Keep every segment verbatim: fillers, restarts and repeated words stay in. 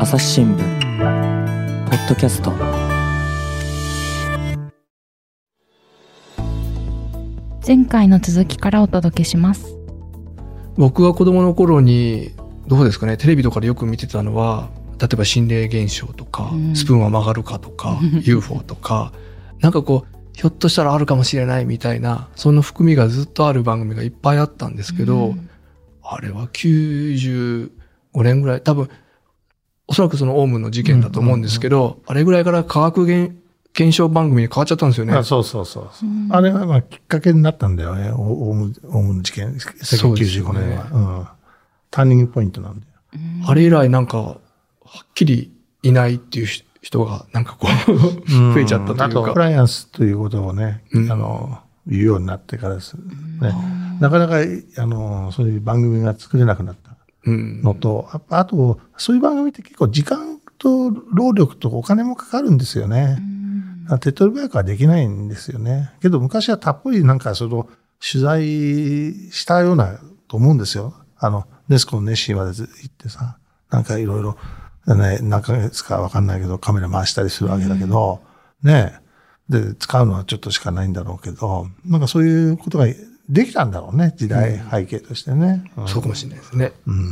朝日新聞ポッドキャスト。 前回の続きからお届けします。 僕が子供の頃にどうですかね、テレビとかでよく見てたのは、例えば心霊現象とか、うん、スプーンは曲がるかとかユーフォー とかなんかこうひょっとしたらあるかもしれないみたいな、その含みがずっとある番組がいっぱいあったんですけど、うん、あれはきゅうじゅうごねんぐらい、多分おそらくそのオウムの事件だと思うんですけど、うんうんうん、あれぐらいから科学現検証番組に変わっちゃったんですよね。 あ、そうそうそう、うん、あれがまあきっかけになったんだよね、オウム、オウムの事件、せんきゅうじゅうごねんは、ね、うん、ターニングポイントなんだよ。 うん、あれ以来なんかはっきりいないっていう人がなんかこう増えちゃったというか、あとコンプライアンスということをね、うん、あの言うようになってからですね、うん、なかなかあのそういう番組が作れなくなったのと、うん、あとそういう番組って結構時間と労力とお金もかかるんですよね。うん、手っ取り早くはできないんですよね。けど昔はたっぷりなんかその取材したようなと思うんですよ。あのネスコのネッシーまで行ってさ、なんかいろいろね、何ヶ月かわかんないけどカメラ回したりするわけだけど、うん、ね、で使うのはちょっとしかないんだろうけど、なんかそういうことができたんだろうね、時代背景としてね。 うん、そうかもしれないですね。うんうん、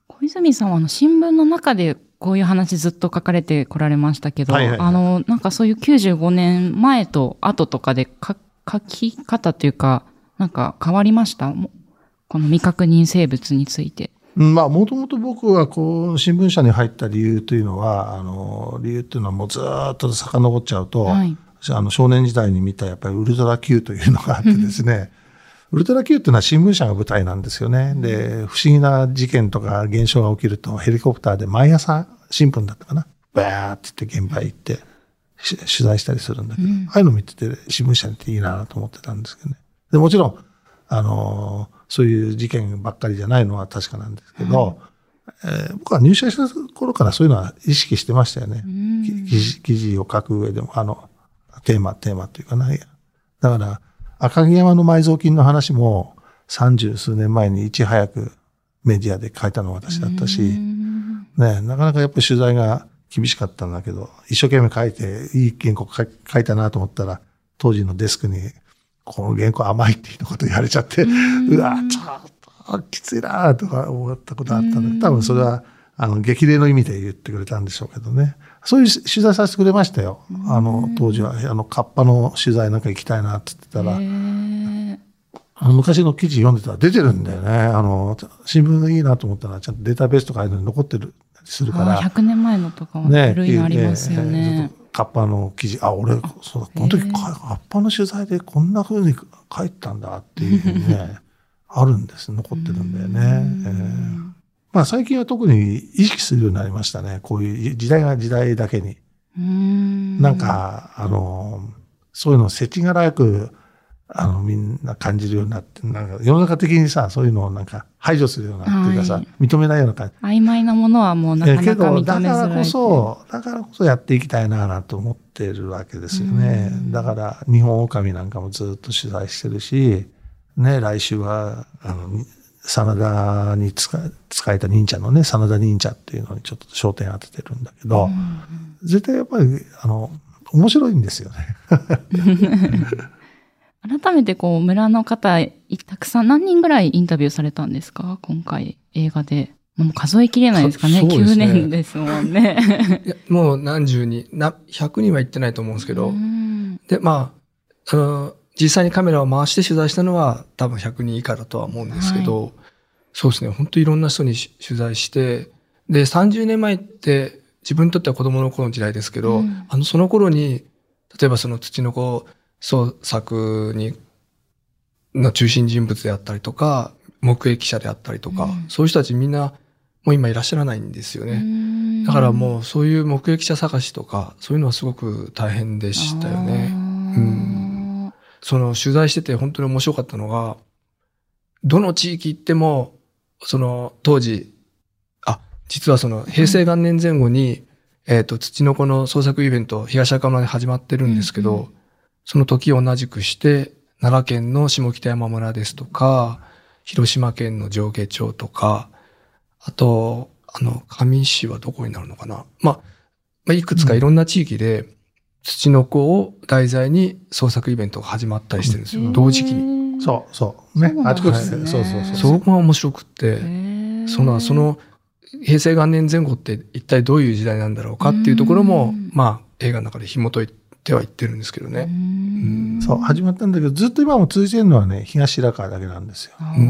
小泉さんはあの新聞の中でこういう話ずっと書かれてこられましたけど、はいはいはい、あのなんかそういうきゅうじゅうごねんまえと後とかでか書き方というかなんか変わりました？この未確認生物について。 まあ、もともと僕がこう、新聞社に入った理由というのは、あの、理由っていうのはもうずっと遡っちゃうと、はい、あの、少年時代に見たやっぱりウルトラ Q というのがあってですね、ウルトラ Q っていうのは新聞社が舞台なんですよね。で、不思議な事件とか現象が起きるとヘリコプターで毎朝新聞だったかな、バーって言って現場行って取材したりするんだけど、うん、ああいうの見てて新聞社に行っていいなと思ってたんですけどね。で、もちろん、あの、そういう事件ばっかりじゃないのは確かなんですけど、うん、えー、僕は入社した頃からそういうのは意識してましたよね。記事、記事を書く上でも、あの、テーマ、テーマっていうかな。だから、赤城山の埋蔵金の話も三十数年前にいち早くメディアで書いたのは私だったし、ね、なかなかやっぱり取材が厳しかったんだけど、一生懸命書いて、いい原稿書いたなと思ったら、当時のデスクに、この原稿甘いっていうこと言われちゃって、う, うわちょっときついなとか思ったことあったんで、多分それはあの激励の意味で言ってくれたんでしょうけどね。そういう取材させてくれましたよ。あの当時はあのカッパの取材なんか行きたいなって言ってたら、あの昔の記事読んでたら出てるんだよね。あの新聞がいいなと思ったらちゃんとデータベースとかああいうのに残ってるするから。 ひゃくねんまえのとかは古いのありますよね。ねねカッパの記事、あ、俺、そうだ、この時、カッパの取材でこんな風に書いてたんだっていうふうにね、あるんです。残ってるんだよね。えー、まあ最近は特に意識するようになりましたね。こういう時代が時代だけに。んなんか、あの、そういうのを世知辛く、あの、みんな感じるようになって、なんか世の中的にさ、そういうのをなんか排除するようなっていうかさ、はい、認めないような感じ。 曖昧なものはもうなかなか認めづらい。けど、 だからこそ、だからこそやっていきたいななと思ってるわけですよね。だから、日本狼なんかもずっと取材してるし、ね、来週は、あの、真田に使えた忍者のね、真田忍者っていうのにちょっと焦点当ててるんだけど、絶対やっぱり、あの、面白いんですよね。 改めてこう村の方たくさん何人ぐらいインタビューされたんですか、今回映画で。もう数えきれないですかね。きゅうねんですもんね。 いやもう何十人なひゃくにんは行ってないと思うんですけど、でまああの実際にカメラを回して取材したのは多分ひゃくにん以下だとは思うんですけど、はい、そうですね、本当にいろんな人に取材して、でさんじゅうねんまえって自分にとっては子供の頃の時代ですけど、うん、あのその頃に例えばその土の子創作にの中心人物であったりとか目撃者であったりとか、うん、そういう人たちみんなもう今いらっしゃらないんですよね。だからもうそういう目撃者探しとかそういうのはすごく大変でしたよね。うん、その取材してて本当に面白かったのが、どの地域行ってもその当時あ実はその平成元年前後に、うん、えっと土の子の創作イベント東赤村で始まってるんですけど、うんうん、その時を同じくして奈良県の下北山村ですとか広島県の上下町とか、あとあの、上市はどこになるのかな。まあ、まあ、いくつかいろんな地域で、ツチノコを題材に創作イベントが始まったりしてるんですよ。同時期に。 そう、そう。ね。あちこちで。そうそうそう。 そこが面白くって、その、その、平成元年前後って一体どういう時代なんだろうかっていうところも、まあ、映画の中で紐解いては言ってるんですけどね。 うんそう、始まったんだけど、ずっと今も続いてるのはね、東白川だけなんですよ。うん、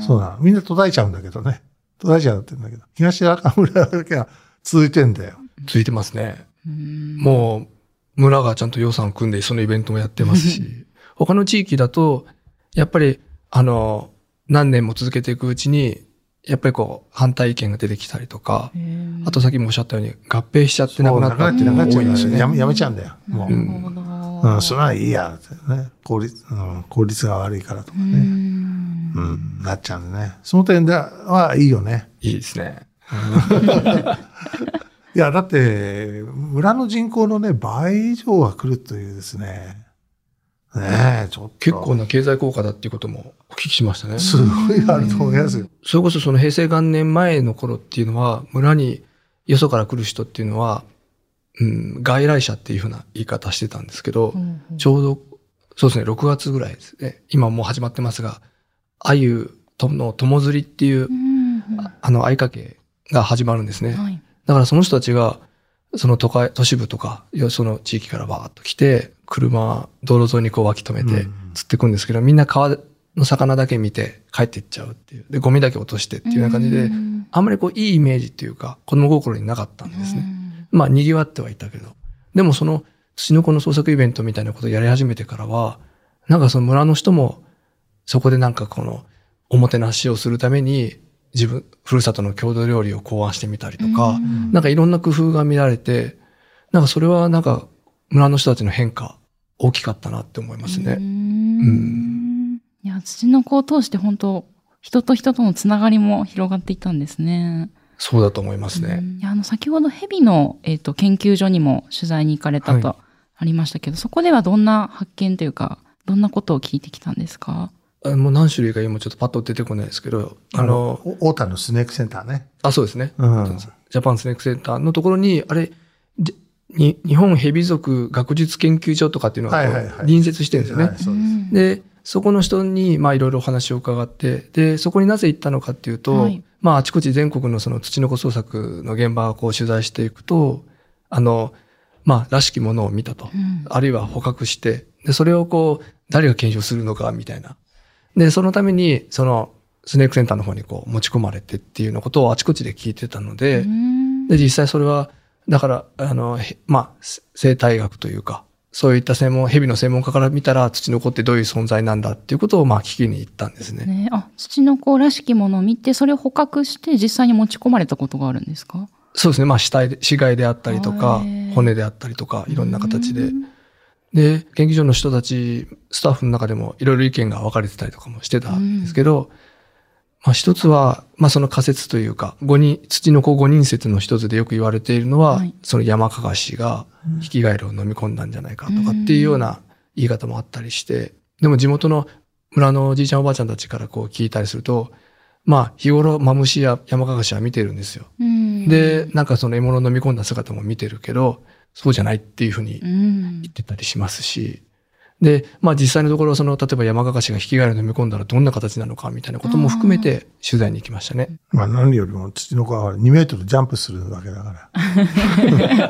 そうなの。みんな途絶えちゃうんだけどね。途絶えちゃうって言うんだけど、東白川村だけは続いてんだよ。 続いてますね。もう、村がちゃんと予算を組んで、そのイベントもやってますし、他の地域だと、やっぱり、あの、何年も続けていくうちに、やっぱりこう、反対意見が出てきたりとか、あとさっきもおっしゃったように、合併しちゃってなくなったっていうのが多いんですよね。 やめ、やめちゃうんだよ。もう。うん、うん、それはいいや、ね。効率、うん、効率が悪いからとかね。うん、うん、なっちゃうんでね。その点ではいいよね。 いいですね。 いや、だって、村の人口のね、倍以上が来るというですね。ねえ、ちょっと。 結構な経済効果だっていうこともお聞きしましたね。 すごいあると思いますよ。 それこそその平成元年前の頃っていうのは、村によそから来る人っていうのは、うん、外来者っていうふうな言い方してたんですけど、うんうん、ちょうど、そうですね、ろくがつぐらいですね。今もう始まってますが、鮎の友釣りっていう、うんうん、あの、鮎かけが始まるんですね。はい、だからその人たちが、その都会、都市部とか、その地域からバーッと来て、車、道路沿いにこう脇止めて釣っていくんですけど、うん、みんな川の魚だけ見て帰っていっちゃうっていう。で、ゴミだけ落としてっていうような感じで、うん、あんまりこういいイメージっていうか、子供心になかったんですね。うん、まあ、賑わってはいたけど。でもその、ツチノコの創作イベントみたいなことをやり始めてからは、なんかその村の人も、そこでなんかこの、おもてなしをするために、自分、ふるさとの郷土料理を考案してみたりとか、うん、なんかいろんな工夫が見られて、なんかそれはなんか村の人たちの変化、大きかったなって思いますね。うんうんいや、ツチノコを通して本当、人と人とのつながりも広がっていったんですね。 そうだと思いますね。 いや、あの、先ほどヘビの、えっと、研究所にも取材に行かれたとありましたけど、はい、そこではどんな発見というか、どんなことを聞いてきたんですか？ もう何種類か今ちょっとパッと出てこないですけど、 あの、大田のスネークセンターね。 あ、そうですね。うん、ジャパンスネークセンターのところに、あれ、に日本ヘビ属学術研究所とかっていうのが隣接してるんですよね。はいはいはい、そうです。で、そこの人に、まあいろいろお話を伺って、で、そこになぜ行ったのかっていうと、はい、まああちこち全国のそのツチノコ創作の現場をこう取材していくと、あの、まあらしきものを見たと。うん、あるいは捕獲して、で、それをこう、誰が検証するのかみたいな。で、そのために、その、スネークセンターの方にこう持ち込まれてっていうのことをあちこちで聞いてたので、で、実際それは、だから、あの、まあ、生態学というか、そういった専門、ヘビの専門家から見たら、ツチノコってどういう存在なんだっていうことを、まあ、聞きに行ったんですね。 ねあ、ツチノコらしきものを見て、それを捕獲して実際に持ち込まれたことがあるんですか？ そうですね。まあ、死体で、死骸であったりとか、骨であったりとか、いろんな形で。で、研究所の人たち、スタッフの中でもいろいろ意見が分かれてたりとかもしてたんですけど、うん、まあ一つは、まあその仮説というか、五人、ツチノコ五人説の一つでよく言われているのは、はい、そのヤマカガシがヒキガエルを飲み込んだんじゃないかとかっていうような言い方もあったりして、でも地元の村のおじいちゃんおばあちゃんたちからこう聞いたりすると、まあ日頃マムシやヤマカガシは見てるんですよ。うん、で、なんかその獲物を飲み込んだ姿も見てるけど、そうじゃないっていうふうに言ってたりしますし、うん、で、まあ実際のところ、その、例えばヤマカガシがヒキガエルを飲み込んだらどんな形なのかみたいなことも含めて取材に行きましたね。 まあ何よりもツチノコはにメートルジャンプするわけだから。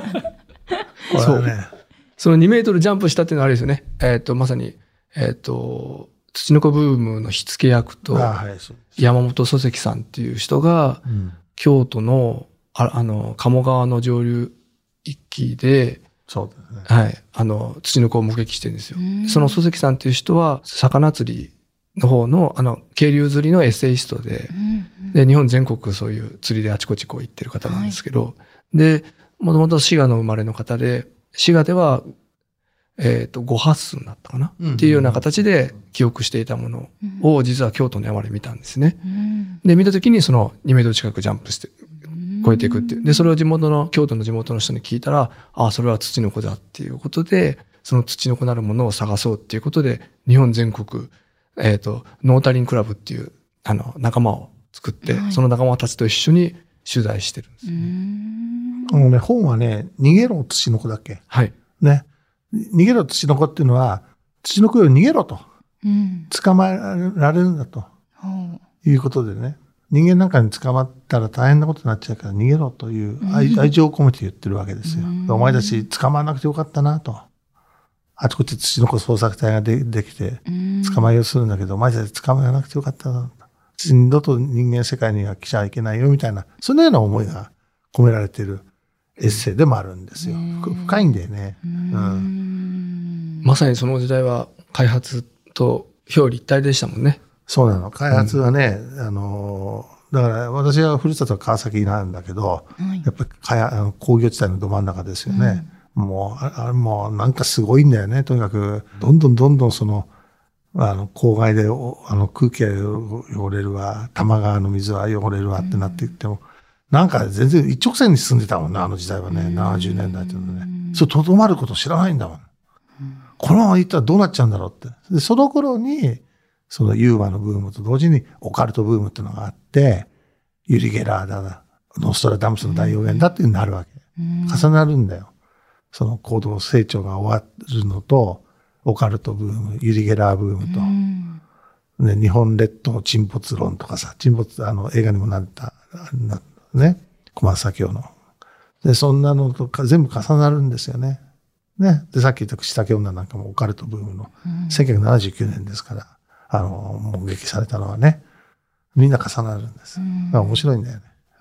そう。そのにメートルジャンプしたっていうのはあれですよね。えっと、まさに、えっと、ツチノコブームの火付け役と、山本漱石さんっていう人が、京都の、あ, あの、鴨川の上流一揆で、 そうですね。 はい。あの、ツチノコを目撃してるんですよ。その漱石さんっていう人は、魚釣りの方の、あの、渓流釣りのエッセイストで、うんうん、で、日本全国そういう釣りであちこちこう行ってる方なんですけど、はい、で、もともと滋賀の生まれの方で、滋賀では、えっと、ご発寸だったかな、うんうん、っていうような形で記憶していたものを、実は京都の山で見たんですね。うん、で、見たときにそのにメートル近くジャンプして、超えていくっていう。で、それを地元の、京都の地元の人に聞いたら、ああ、それはツチノコだっていうことで、そのツチノコなるものを探そうっていうことで、日本全国、えっと、ノータリンクラブっていう、あの、仲間を作って、はい、その仲間たちと一緒に取材してるんですよね。 あのね、本はね、逃げろ土の子だっけ。 はい。 ね。逃げろ土の子っていうのは、土の子より逃げろと。うん、捕まえられるんだと。いうことでね。人間なんかに捕まったら大変なことになっちゃうから逃げろという愛、うん、愛情を込めて言ってるわけですよ。うん、お前たち捕まらなくてよかったなと。あちこち土の子捜索隊が で, できて捕まえようとするんだけど、お前たち捕まらなくてよかったな。二度と人間世界には来ちゃいけないよみたいな、そのような思いが込められているエッセイでもあるんですよ。深いんだよね。うん、 まさにその時代は開発と表裏一体でしたもんね。 そうなの。開発はね、うん、あの、だから私はふるさとは川崎なんだけど、はい、やっぱりかやあの工業地帯のど真ん中ですよね。うん、もう、あれもうなんかすごいんだよね。とにかく、どんどんどんどんその、あの、郊外で、あの、空気が汚れるわ、多摩川の水は汚れるわってなっていっても、うん、なんか全然一直線に進んでたもんね、あの時代はね、うん、ななじゅうねんだいっていうのね。それとどまること知らないんだもん。うん、このまま行ったらどうなっちゃうんだろうって。で、その頃に、そのユーマのブームと同時にオカルトブームっていうのがあって、ユリ・ゲラーだ、ノストラダムスの大予言だっていうのになるわけ。うん、重なるんだよ。その行動成長が終わるのと、オカルトブーム、ユリ・ゲラーブームと、うんね、日本列島沈没論とかさ、沈没、あの映画にもなった、なね、小松左京の。で、そんなのとか全部重なるんですよね。ね。で、さっき言った串竹女なんかもオカルトブームの、うん、せんきゅうひゃくななじゅうきゅうねんですから、あの、目撃されたのはね、みんな重なるんです。うん、面白いんだよね。 うん、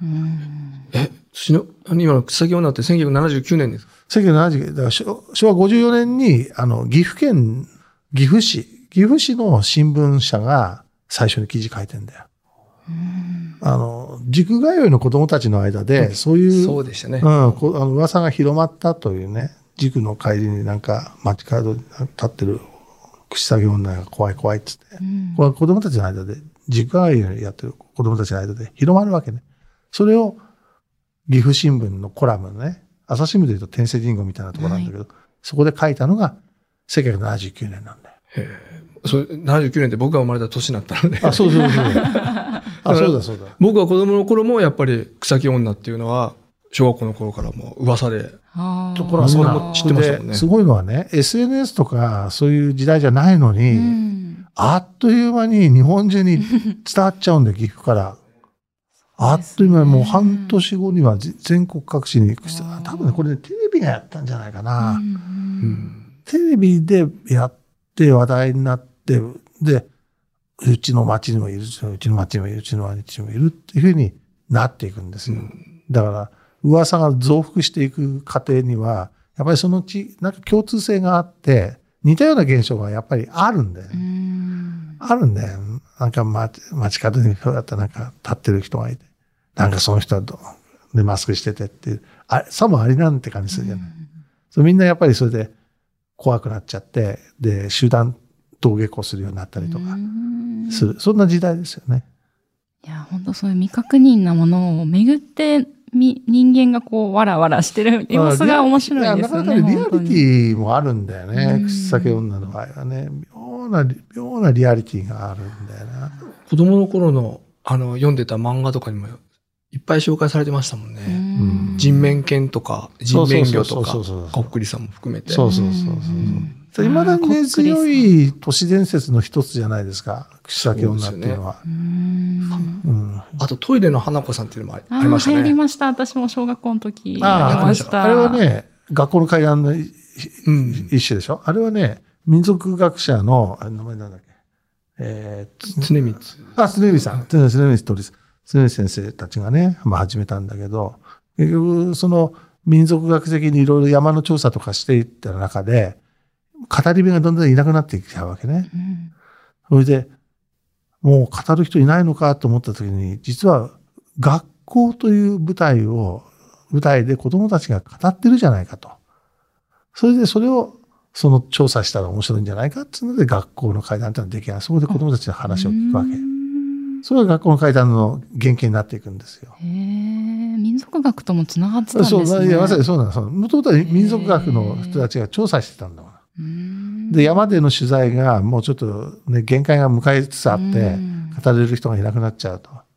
え、土の、今の草木女ってせんきゅうひゃくななじゅうきゅうねんですか？ せんきゅうひゃくななじゅう、だからしょわごじゅうよねんに、あの、岐阜県、岐阜市、岐阜市の新聞社が最初に記事書いてんだよ。うん、あの、塾通いの子供たちの間で、そういう、 そうでしたね。 うん、こあの噂が広まったというね、塾の帰りになんか街角に立ってる串作業女が怖い怖いっつって、うん、これは子供たちの間で、塾通いやってる子供たちの間で広まるわけね。それを岐阜新聞のコラムのね、朝日新聞で言うと天聖人語みたいなところなんだけど、はい、そこで書いたのがせんきゅうひゃくななじゅうきゅうねんなんだよ。 へえ。それ、ななじゅうきゅうねんって僕が生まれた年になったので。 あ、そうそうそう。あ、そうだそうだ。 僕は子供の頃もやっぱり草木女っていうのは、小学校の頃からも噂で。 ところはそうなの。知ってましたもんね。すごいのはね、エスエヌエス とかそういう時代じゃないのに、うん、あっという間に日本中に伝わっちゃうんだよ、岐阜から。あっという間にもう半年後には全国各地に行く人、多分ね、これね、テレビがやったんじゃないかな。うんうん、テレビでやって話題になって、で、うちの町にもいる、うちの町にもいる、うちの町にもいるっていうふうになっていくんですよ。うん、だから、噂が増幅していく過程には、やっぱりそのうち、なんか共通性があって、似たような現象がやっぱりあるんだよ。うん、あるんだよ。なんか街、街角にこうやってなんか立ってる人がいて、なんかその人はどうでマスクしててっていう、あさもありなんて感じするじゃない。うん、そうみんなやっぱりそれで怖くなっちゃって、で、集団登下校するようになったりとかする。そんな時代ですよね。 いや、本当そういう未確認なものを巡って、み人間がこう、わらわらしてる様子が面白いですよね。 いや、なかなかリアリティもあるんだよね。口先女の場合はね。妙な、妙なリアリティがあるんだよな。 子供の頃の、あの、読んでた漫画とかにもいっぱい紹介されてましたもんね。うん、人面犬とか、人面魚とか、こっくりさんも含めて。 そうそうそうそう。いまだに根強い都市伝説の一つじゃないですか。口先女っていうのは。う、ね、 うん、あとトイレの花子さんっていうのもありましたね。 ありました。私も小学校の時。 ああ、ありました。あれはね、学校の階段の一種でしょ、うん、あれはね、民族学者の、あれ名前なんだっけ。えー、常光。 あ、常光さん。常光鳥さん。常光先生たちがね、まあ始めたんだけど、結局、その民族学的にいろいろ山の調査とかしていった中で、語り部がどんどんいなくなってきちゃうわけね。うん、それで、もう語る人いないのかと思った時に、実は学校という舞台を、舞台で子供たちが語ってるじゃないかと。それでそれを、その調査したら面白いんじゃないかっていうので、学校の会談っていうのができない。そこで子供たちの話を聞くわけ。それが学校の会談の原型になっていくんですよ。 へー、民族学ともつながってたんですね。 そう、いや、まさにそうなの。もともとは民族学の人たちが調査してたんだもん。で、山での取材がもうちょっとね、限界が迎えつつあって、語れる人がいなくなっちゃうと。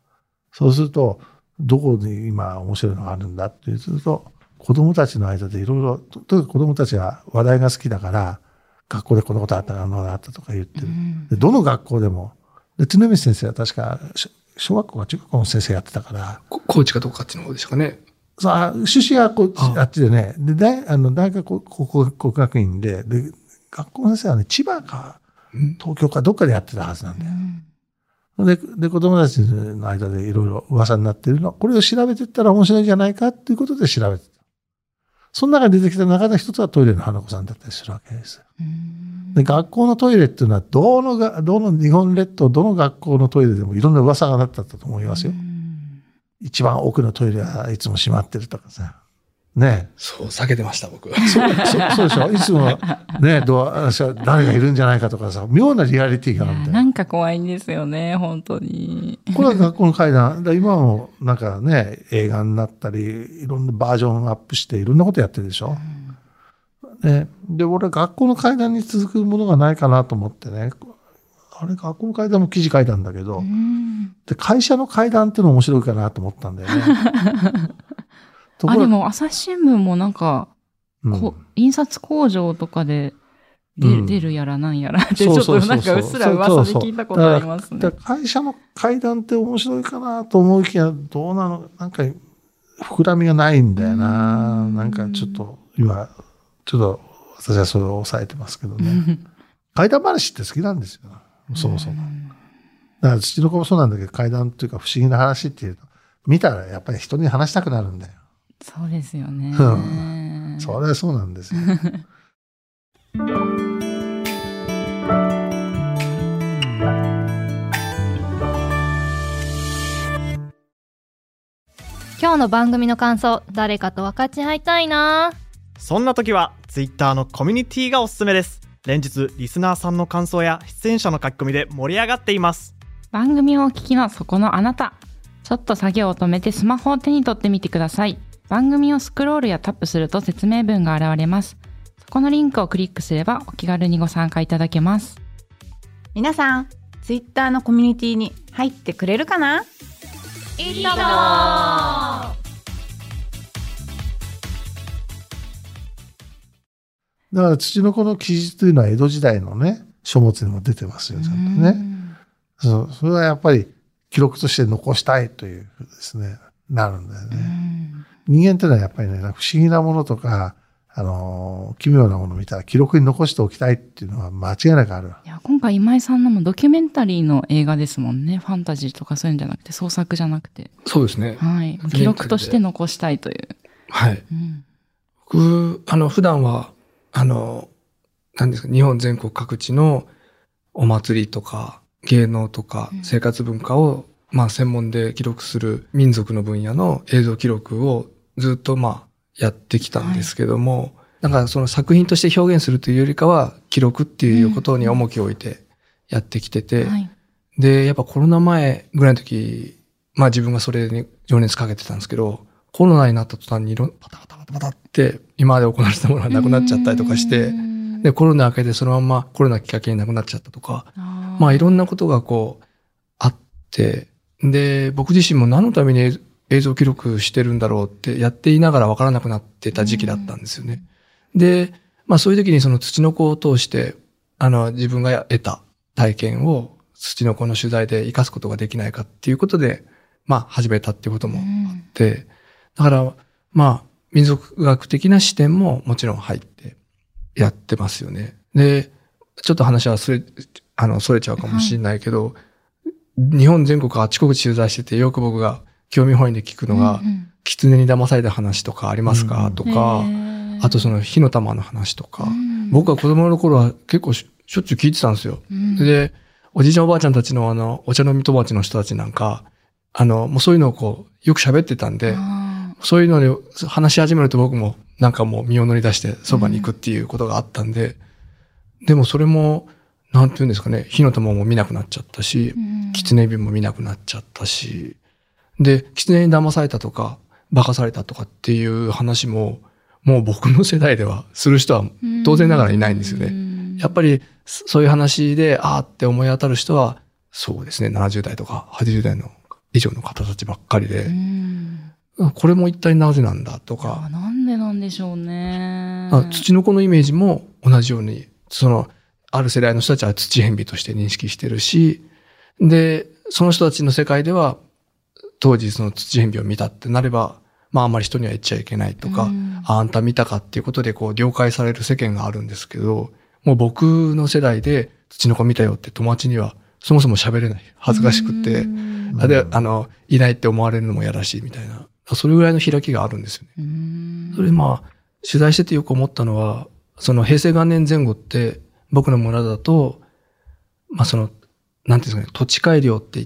そうすると、どこに今面白いのがあるんだってすると、子供たちの間でいろいろ、とにかく子供たちは話題が好きだから、学校でこのことあった、あのことあったとか言ってる。でどの学校でも、で常光先生は確か、小学校か中学校の先生やってたから。 高知かどうかっていうの方でしたかね。 さあ、出身はこっち、あっちでね、で、大、あの、大学国学院で、で、学校の先生はね、千葉か、東京かどっかでやってたはずなんだよ。うん、で、で、子供たちの間でいろいろ噂になっているの。これを調べていったら面白いんじゃないかっていうことで調べてた。その中に出てきた中で一つはトイレの花子さんだったりするわけです。で、学校のトイレっていうのは、どのが、どの日本列島、どの学校のトイレでもいろんな噂がなったと思いますよ。一番奥のトイレはいつも閉まってるとかさ。ねえ。 そう、避けてました、僕。 そう、そうそうでしょ。いつも、ね、ドア、誰がいるんじゃないかとかさ、妙なリアリティがあるんだよ。 なんか怖いんですよね、本当に。 これは学校の階段。今もなんかね、映画になったり、いろんなバージョンアップしていろんなことやってるでしょ。うん、ね、で、俺は学校の階段に続くものがないかなと思ってね。あれ、学校の階段も記事書いたんだけど、うん、で、会社の階段っていうの面白いかなと思ったんだよね。 あ、でも朝日新聞もなんか、うん、印刷工場とかで出る、うん、出るやらなんやらってちょっとなんかうっすら噂で聞いたことありますね。 だから会社の階段って面白いかなと思いきや、どうなの、なんか膨らみがないんだよな。んなんかちょっと今、ちょっと私はそれを抑えてますけどね。階段話って好きなんですよ。そもそも。だから土の子もそうなんだけど、階段っていうか不思議な話っていうと、見たらやっぱり人に話したくなるんだよ。 そうですよね。 うん、それはそうなんですよ。 今日の番組の感想、誰かと分かち合いたいな。 そんな時は Twitter のコミュニティがおすすめです。連日リスナーさんの感想や出演者の書き込みで盛り上がっています。 番組をお聞きのそこのあなた、ちょっと作業を止めてスマホを手に取ってみてください。番組をスクロールやタップすると説明文が現れます。そこのリンクをクリックすればお気軽にご参加いただけます。 皆さん、ツイッターのコミュニティに入ってくれるかな？いいとも。だから土の子の記述というのは江戸時代のね、書物にも出てますよ、ちゃんとね。そう、それはやっぱり記録として残したいというですね、なるんだよね。人間ってのはやっぱりね、不思議なものとか、あの、奇妙なものを見たら記録に残しておきたいっていうのは間違いなくある。 いや、今回今井さんのもドキュメンタリーの映画ですもんね。ファンタジーとかそういうんじゃなくて、創作じゃなくて。 そうですね。 はい。記録として残したいという。 はい。うん、僕、あの、普段は、あの、何ですか、日本全国各地のお祭りとか、芸能とか、生活文化を、うん、まあ、専門で記録する民族の分野の映像記録をずっとまあ、やってきたんですけども、はい、なんかその作品として表現するというよりかは、記録っていうことに重きを置いてやってきてて、うんはい、で、やっぱコロナ前ぐらいの時、まあ自分がそれに情熱かけてたんですけど、コロナになった途端にいろんパタパタパタパタって今まで行われたものがなくなっちゃったりとかして、で、コロナ明けてそのままコロナきっかけになくなっちゃったとか、あまあいろんなことがこうあって、で、僕自身も何のために映像記録してるんだろうってやっていながら分からなくなってた時期だったんですよね。で、まあそういう時にその土の子を通して、あの自分が得た体験を土の子の取材で活かすことができないかっていうことで、まあ始めたっていうこともあって、だからまあ民族学的な視点ももちろん入ってやってますよね。で、ちょっと話はそれ、あの、それちゃうかもしれないけど、はい、日本全国あちこち取材してて、よく僕が興味本位で聞くのが、うんうん、狐に騙された話とかありますか、うん、とか、あとその火の玉の話とか、うん、僕は子供の頃は結構しょっちゅう聞いてたんですよ。うん、で、おじいちゃんおばあちゃんたちのあの、お茶飲み友達の人たちなんか、あの、もうそういうのをこう、よく喋ってたんで、そういうのに話し始めると僕もなんかもう身を乗り出してそばに行くっていうことがあったんで、うん、でもそれも、なんていうんですかね、火の玉も見なくなっちゃったし、狐火も見なくなっちゃったし、で、狐に騙されたとか、馬鹿されたとかっていう話も、もう僕の世代ではする人は当然ながらいないんですよね。やっぱりそういう話で、あーって思い当たる人は、そうですね、ななじゅう代とかはちじゅう代の以上の方たちばっかりで、これも一体なぜなんだとか。 なんでなんでしょうね。 土の子のイメージも同じように、その、ある世代の人たちは土変美として認識してるし、で、その人たちの世界では、当時その土変美を見たってなれば、まああんまり人には言っちゃいけないとか、うん、あ, あんた見たかっていうことでこう了解される世間があるんですけど、もう僕の世代で土の子見たよって友達にはそもそも喋れない。恥ずかしくて、あで、あの、いないって思われるのもやらしいみたいな。それぐらいの開きがあるんですよね。うんそれまあ、取材しててよく思ったのは、その平成元年前後って僕の村だと、まあその、なんていうんですかね、土地改良って言って、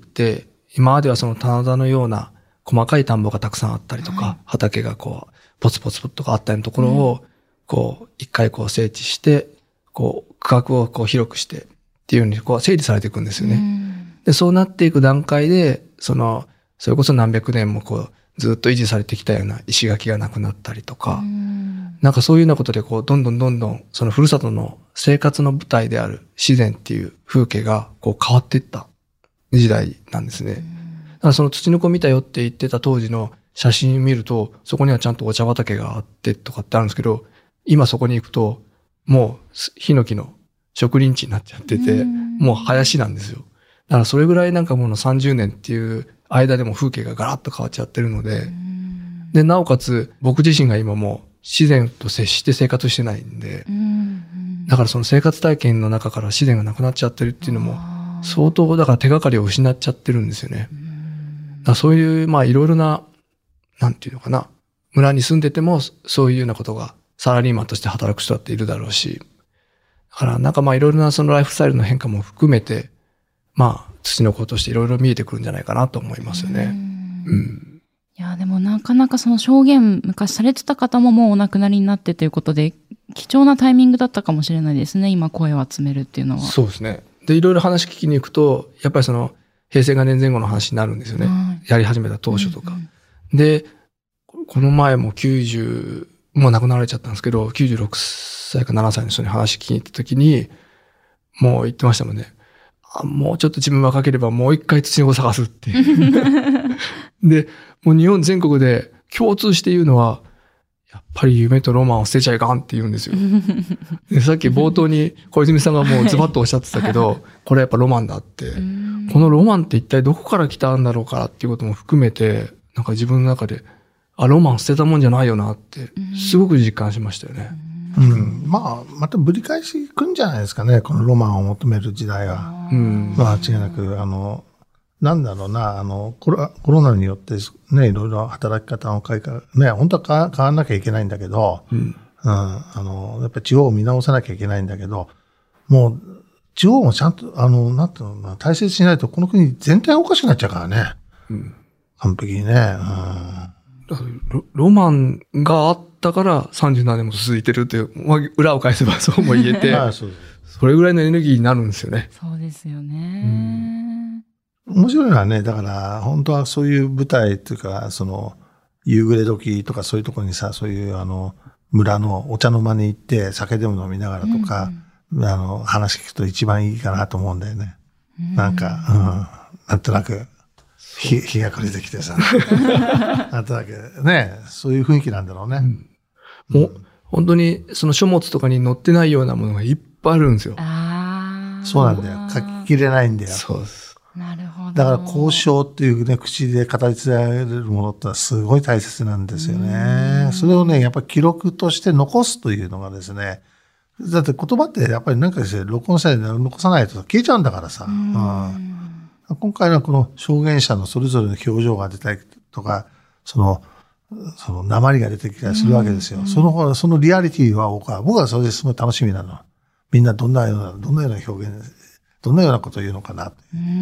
今まではその棚田のような細かい田んぼがたくさんあったりとか、はい、畑がこう、ポツポツポツとかあったようなところを、こう、一回こう整地して、こう、区画をこう広くしてっていうようにこう整理されていくんですよね。で、そうなっていく段階で、その、それこそ何百年もこう、ずっと維持されてきたような石垣がなくなったりとか、なんかそういうようなことでこう、どんどんどんどん、そのふるさとの生活の舞台である自然っていう風景がこう変わっていった時代なんですね。だからその土の子見たよって言ってた当時の写真見ると、そこにはちゃんとお茶畑があってとかってあるんですけど、今そこに行くと、もうヒノキの植林地になっちゃってて、もう林なんですよ。だからそれぐらいなんかもうさんじゅうねんっていう間でも風景がガラッと変わっちゃってるので、で、なおかつ僕自身が今もう自然と接して生活してないんで、だからその生活体験の中から自然がなくなっちゃってるっていうのも、相当だから手がかりを失っちゃってるんですよね。だからそういう、まあいろいろな、なんていうのかな、村に住んでてもそういうようなことがサラリーマンとして働く人だっているだろうし、だからなんかまあいろいろなそのライフスタイルの変化も含めて、まあ土の子としていろいろ見えてくるんじゃないかなと思いますよね。うんうん、 いやでもなかなかその証言昔されてた方ももうお亡くなりになってということで貴重なタイミングだったかもしれないですね。今声を集めるっていうのは。 そうですね。でいろいろ話聞きに行くとやっぱりその平成元年前後の話になるんですよね。はい、やり始めた当初とか、うんうん、でこの前もきゅうじゅうもう亡くなられちゃったんですけどきゅうじゅうろくさいかななさいの人に話聞きに行った時にもう言ってましたもんね。もうちょっと自分若ければもう一回土の子探すっていうでもう日本全国で共通して言うのはやっぱり夢とロマンを捨てちゃいかんって言うんですよでさっき冒頭に小泉さんがもうズバッとおっしゃってたけど、はい、これやっぱロマンだってこのロマンって一体どこから来たんだろうかっていうことも含めてなんか自分の中であロマン捨てたもんじゃないよなってすごく実感しましたよね。 うん、まあ、またぶり返しくんじゃないですかね、このロマンを求める時代は。うん、まあ、間違いなく、あの、なんだろうな、あの、コロ、コロナによってね、いろいろ働き方の変え方、ね、本当は変わんなきゃいけないんだけど、うん、うん、あの、やっぱり地方を見直さなきゃいけないんだけど、もう、地方もちゃんと、あの、なんていうの、大切しないと、この国全体おかしくなっちゃうからね。うん、完璧にね。うん、 ロ, ロマンがあったからさんじゅうななねんも続いてるっていう、まあ、裏を返せばそうも言えてそうそれぐらいのエネルギーになるんですよね。 そうですよね、 うん、面白いのはねだから本当はそういう舞台っていうかその夕暮れ時とかそういうところにさそういうあの村のお茶の間に行って酒でも飲みながらとか、うん、あの話聞くと一番いいかなと思うんだよね、うん、なんか、うん、なんとなく日, 日が暮れてきてさなんとなくねそういう雰囲気なんだろうね、うん、 もう本当にその書物とかに載ってないようなものがいっぱいあるんですよ。 あそうなんだよ書ききれないんだよ。 そうです。 なるほど。 だから交渉っていうね口で語り伝えられるものってすごい大切なんですよね。それをねやっぱり記録として残すというのがですねだって言葉ってやっぱり何かして録音したり残さないと消えちゃうんだからさ。うん今回のこの証言者のそれぞれの表情が出たりとか、その、その訛りが出てきたりするわけですよ。うん、その、そのリアリティは僕は、僕はそれですごい楽しみなの。みんなどんなような、どんなような表現、どんなようなことを言うのかな。うん。うん。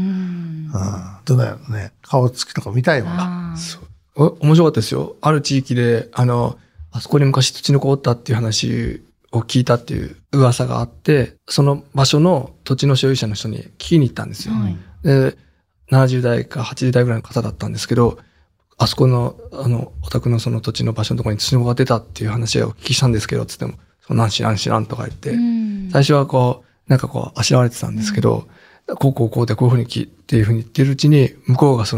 どんなようなね、顔つきとか見たいわ。 そう。お、面白かったですよ。ある地域で、あの、あそこに昔土の子おったっていう話を聞いたっていう噂があって、その場所の土地の所有者の人に聞きに行ったんですよ。はいで、ななじゅう代かはちじゅう代ぐらいの方だったんですけど、あそこの、あの、お宅のその土地の場所のところに土の子が出たっていう話をお聞きしたんですけど、つっても、そんなん知らん知らんとか言って、最初はこう、なんかこう、あしらわれてたんですけど、こうこうこうでこういうふうにきっていうふうに言ってるうちに、向こうがその、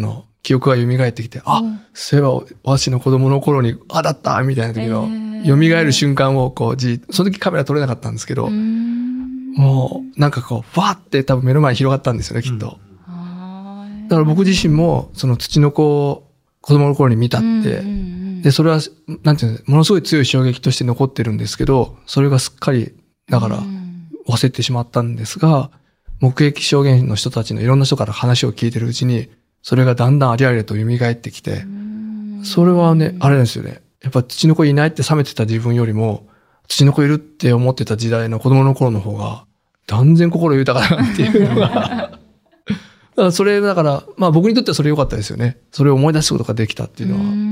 記憶が蘇ってきて、あ、そういえば私の子供の頃に、あ、だったみたいな時の、蘇る瞬間をこうじ、その時カメラ撮れなかったんですけど、もうなんかこう、ファーって多分目の前に広がったんですよね、きっと。うん、だから僕自身も、その土の子を子供の頃に見たって、うんうんうん、で、それは、なんていうの、ものすごい強い衝撃として残ってるんですけど、それがすっかり、だから、忘れてしまったんですが、目撃証言の人たちのいろんな人から話を聞いてるうちに、それがだんだんありありと蘇ってきて、それはね、あれですよね。やっぱ土の子いないって冷めてた自分よりも、土の子いるって思ってた時代の子供の頃の方が、断然心豊かだなっていうのが。だからそれだから、まあ僕にとってはそれ良かったですよね。それを思い出すことができたっていうのは。うーん、うん、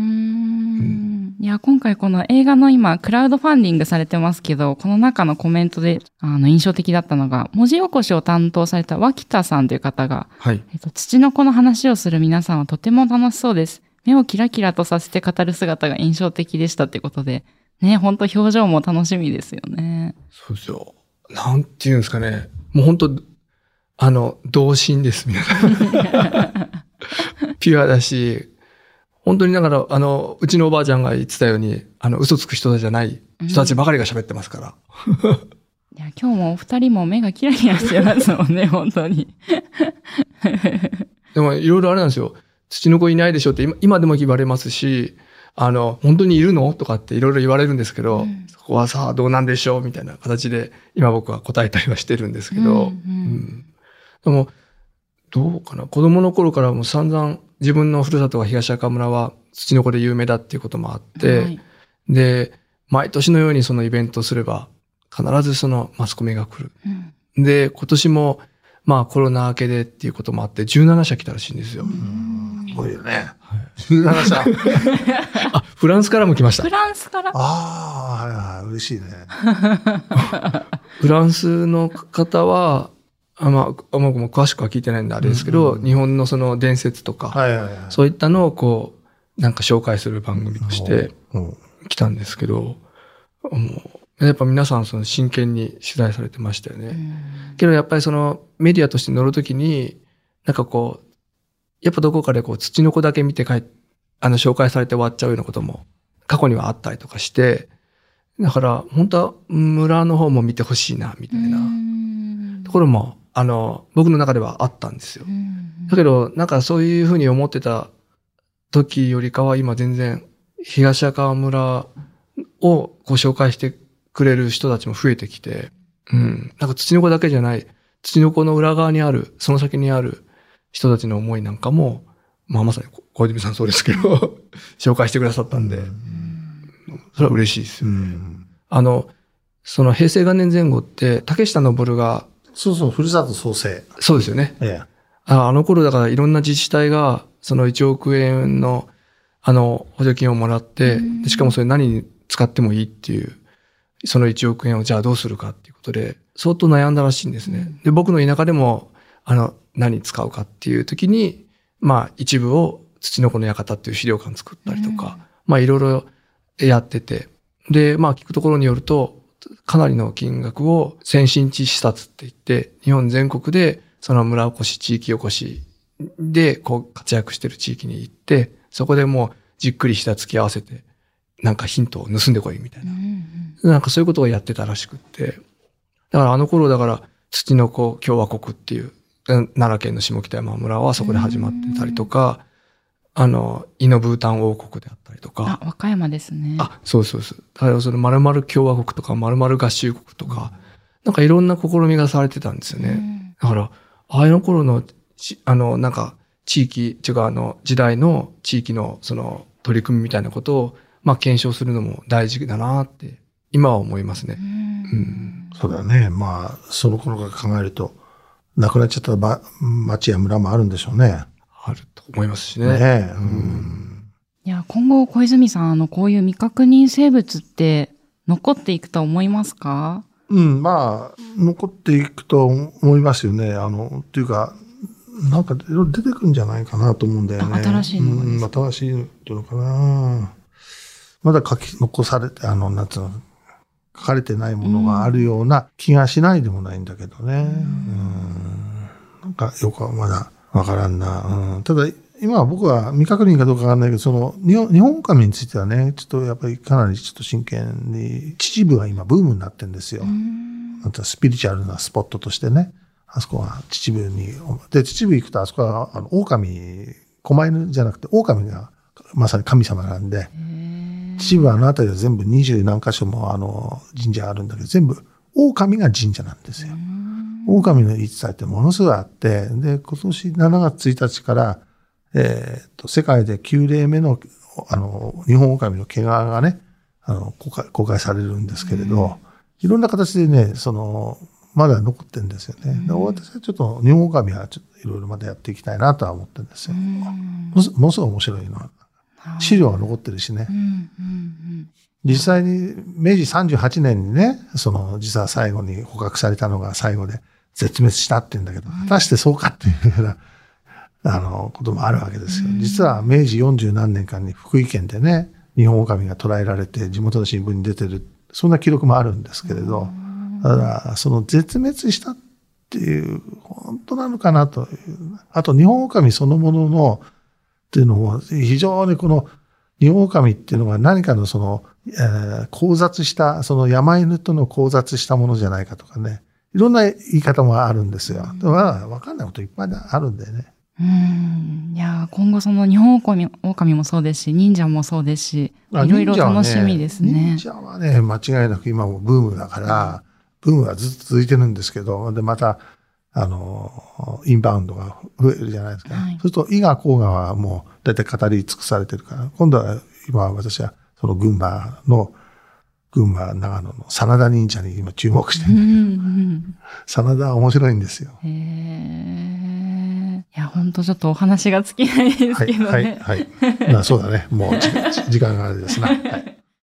いや、今回この映画の今、クラウドファンディングされてますけど、この中のコメントで、あの、印象的だったのが、文字起こしを担当された脇田さんという方が、はい。えっと、土の子の話をする皆さんはとても楽しそうです。目をキラキラとさせて語る姿が印象的でしたっていうことで、ね、本当表情も楽しみですよね。 そうですよ。なんていうんですかね。もう本当あの、童心です、皆さん。ピュアだし、本当にだから、あの、うちのおばあちゃんが言ってたように、あの、嘘つく人たちじゃない人たちばかりが喋ってますから。 うん、いや、今日もお二人も目がキラキラしてますもんね、本当に。 でも、いろいろあれなんですよ。土の子いないでしょって今、今でも言われますし、あの、本当にいるのとかっていろいろ言われるんですけど、うん、そこはさあどうなんでしょうみたいな形で、今僕は答えたりはしてるんですけど、うんうんうん、でも、どうかな。子供の頃からもう散々自分のふるさとは東赤村は土の子で有名だっていうこともあって、はい、で、毎年のようにそのイベントをすれば、必ずそのマスコミが来る。うん、で、今年も、まあコロナ明けでっていうこともあってじゅうななしゃ来たらしいんですよ。 すごいよね。じゅうななしゃ。 あ、フランスからも来ました。 フランスから。 ああ、はいはい、嬉しいね。 フランスの方は、あまあ、僕も詳しくは聞いてないんであれですけど、うんうん、日本のその伝説とか、はいはいはい、そういったのをこう、なんか紹介する番組として来たんですけど、うん、もうやっぱ皆さんその真剣に取材されてましたよね。うん、けどやっぱりそのメディアとして乗るときに、なんかこう、やっぱどこかでこう土の子だけ見て帰っ、あの紹介されて終わっちゃうようなことも過去にはあったりとかして、だから本当は村の方も見てほしいな、みたいなところも、あの、僕の中ではあったんですよ。だけど、なんかそういうふうに思ってた時よりかは今全然東赤村をご紹介してくれる人たちも増えてきて、うん。なんか土の子だけじゃない、土の子の裏側にある、その先にある人たちの思いなんかも、まあまさに小泉さんそうですけど、紹介してくださったんで、それは嬉しいですよね。あの、その平成元年前後って、竹下登が、 そうそう、ふるさと創生。 そうですよね。ええ、あ, あの頃だからいろんな自治体が、そのいちおくえんの、あの、補助金をもらって、しかもそれ何に使ってもいいっていう、そのいちおくえんをじゃあどうするかっていうことで、相当悩んだらしいんですね。で、僕の田舎でも、あの、何に使うかっていう時に、まあ一部を土の子の館っていう資料館作ったりとか、まあいろいろやってて、で、まあ聞くところによると、かなりの金額を先進地視察って言って、日本全国でその村おこし、地域おこしでこう活躍してる地域に行って、そこでもうじっくりした付き合わせて、なんかヒントを盗んでこいみたいな。うんうん、なんかそういうことをやってたらしくって。だからあの頃だから土の子共和国っていう、奈良県の下北山村はそこで始まってたりとか、あの、イノブータン王国であったりとか。 あ、和歌山ですね。 あ、そうそうそう。だからその〇〇共和国とか〇〇合衆国とか、なんかいろんな試みがされてたんですよね。だから、ああいう頃の、あの、なんか、地域、違うあの、時代の地域のその取り組みみたいなことを、まあ検証するのも大事だなって、今は思いますね。 うんうん、そうだね。まあ、その頃から考えると、亡くなっちゃった町や村もあるんでしょうね。 あると思いますしね。ねえ、うん、 いや、今後小泉さん、あの、こういう未確認生物って残っていくと思いますか？ うん、まあ、残っていくと思いますよね。あの、っていうか、なんかいろいろ出てくるんじゃないかなと思うんだよね。 新しいのがですか？うん、新しいのっていうのかな。まだ書き残されて、あの、なんつうの、書かれてないものがあるような気がしないでもないんだけどね。うん、うん、なんかよくまだわからんな。うん、ただ、 今僕は未確認かどうかわかんないけど、その日本、日本狼についてはね、ちょっとやっぱりかなりちょっと真剣に、秩父が今ブームになってるんですよ。またスピリチュアルなスポットとしてね、あそこは秩父に、で、秩父行くとあそこはあの狼、狛犬じゃなくて狼がまさに神様なんで、秩父はあの辺りは全部二十何箇所もあの神社あるんだけど、全部狼が神社なんですよ。狼の言い伝えってものすごいあって、で、今年しちがつついたちから、えー、っと、世界できゅう例目の、あの、日本狼の毛皮がね、あの、公開、公開されるんですけれど、いろんな形でね、その、まだ残ってるんですよね。で、私はちょっと日本狼はちょっといろいろまだやっていきたいなとは思ってるんですよ。ものすごい面白いのは、資料が残ってるしね。実際にめいじさんじゅうはちねんにね、その、実は最後に捕獲されたのが最後で絶滅したって言うんだけど、果たしてそうかっていうような、あの、こともあるわけですよ。実はめいじよんじゅうなんねんかんに福井県でね、日本狼が捕らえられて地元の新聞に出てる、そんな記録もあるんですけれど、だからその絶滅したっていう、本当なのかなという。あと日本狼そのものの、っていうのも非常にこの日本狼っていうのが何かのその、えー、交雑した、その山犬との交雑したものじゃないかとかね。いろんな言い方もあるんですよ。でもまだわかんないこといっぱいあるんでね。 うん。いや、今後その日本狼、狼もそうですし、忍者もそうですし、いろいろ楽しみですね。 忍者はね、間違いなく今もブームだから、ブームはずっと続いてるんですけど、で、また、あの、インバウンドが増えるじゃないですか。はい、そうすると、伊賀甲賀はもう大体語り尽くされてるから、今度は、今私はその群馬の、群馬、長野の真田忍者に今注目してる、うんうん。真田は面白いんですよ。へー。いや、本当ちょっとお話が尽きないですけどね。 はい、はい、はい。まあ、そうだね。もう時間があれですな。はい。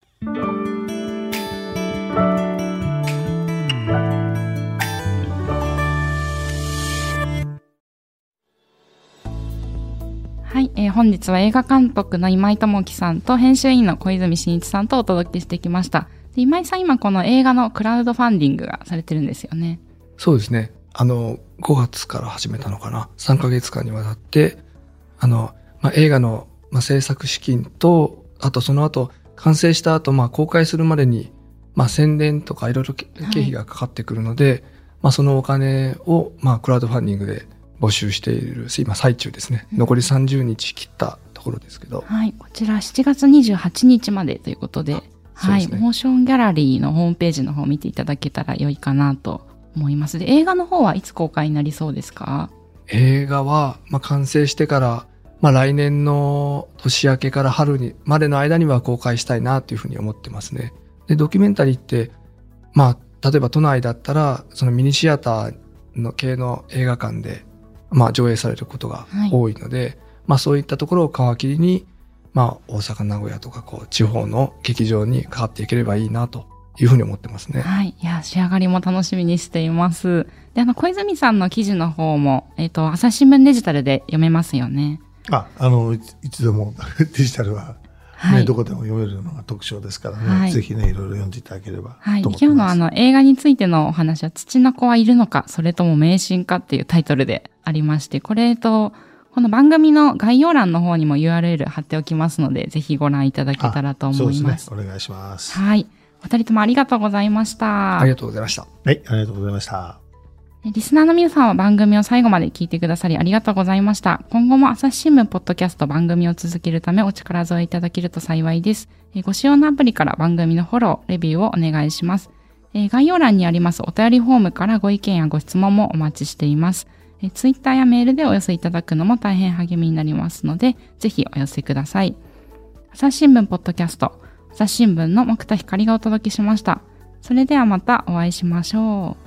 はい、えー、本日は映画監督の今井智樹さんと編集員の小泉真一さんとお届けしてきました。で、今井さん、今この映画のクラウドファンディングがされてるんですよね。 そうですね。あの、ごがつから始めたのかな。さんかげつかんにわたって、あの、まあ、映画の、まあ、制作資金と、あとその後、完成した後、まあ、公開するまでに、まあ、宣伝とかいろいろ経費がかかってくるので、はい、まあ、そのお金を、まあ、クラウドファンディングで募集している、今最中ですね。残りさんじゅうにち切ったところですけど。 はい。こちらしちがつにじゅうはちにちまでということで、はい。モーションギャラリーのホームページの方を見ていただけたら良いかなと思います。で、映画の方はいつ公開になりそうですか？ 映画は、まあ、完成してから、まあ、来年の年明けから春に、までの間には公開したいなというふうに思ってますね。で、ドキュメンタリーって、まあ、例えば都内だったら、そのミニシアターの系の映画館で、まあ、上映されることが多いので、はい、まあ、そういったところを皮切りに、まあ、大阪、名古屋とか、こう、地方の劇場にかかっていければいいな、というふうに思ってますね。 はい。いや、仕上がりも楽しみにしています。で、あの、小泉さんの記事の方も、えっと、朝日新聞デジタルで読めますよね。 あ、あの、いつでもデジタルは、ね、はい、どこでも読めるのが特徴ですからね、はい、ぜひね、いろいろ読んでいただければと思ってます。はい。今日のあの、映画についてのお話は、土の子はいるのか、それとも迷信かっていうタイトルでありまして、これと、この番組の概要欄の方にも ユーアールエル 貼っておきますので、ぜひご覧いただけたらと思います。 そうですね。お願いします。 はい。お二人ともありがとうございました。 ありがとうございました。 はい、ありがとうございました。 リスナーの皆さんは番組を最後まで聞いてくださりありがとうございました。今後も朝日新聞ポッドキャスト番組を続けるためお力添えいただけると幸いです。ご使用のアプリから番組のフォロー、レビューをお願いします。概要欄にありますお便りフォームからご意見やご質問もお待ちしています。ツイッターやメールでお寄せいただくのも大変励みになりますので、ぜひお寄せください。朝日新聞ポッドキャスト、朝日新聞の木田光がお届けしました。それではまたお会いしましょう。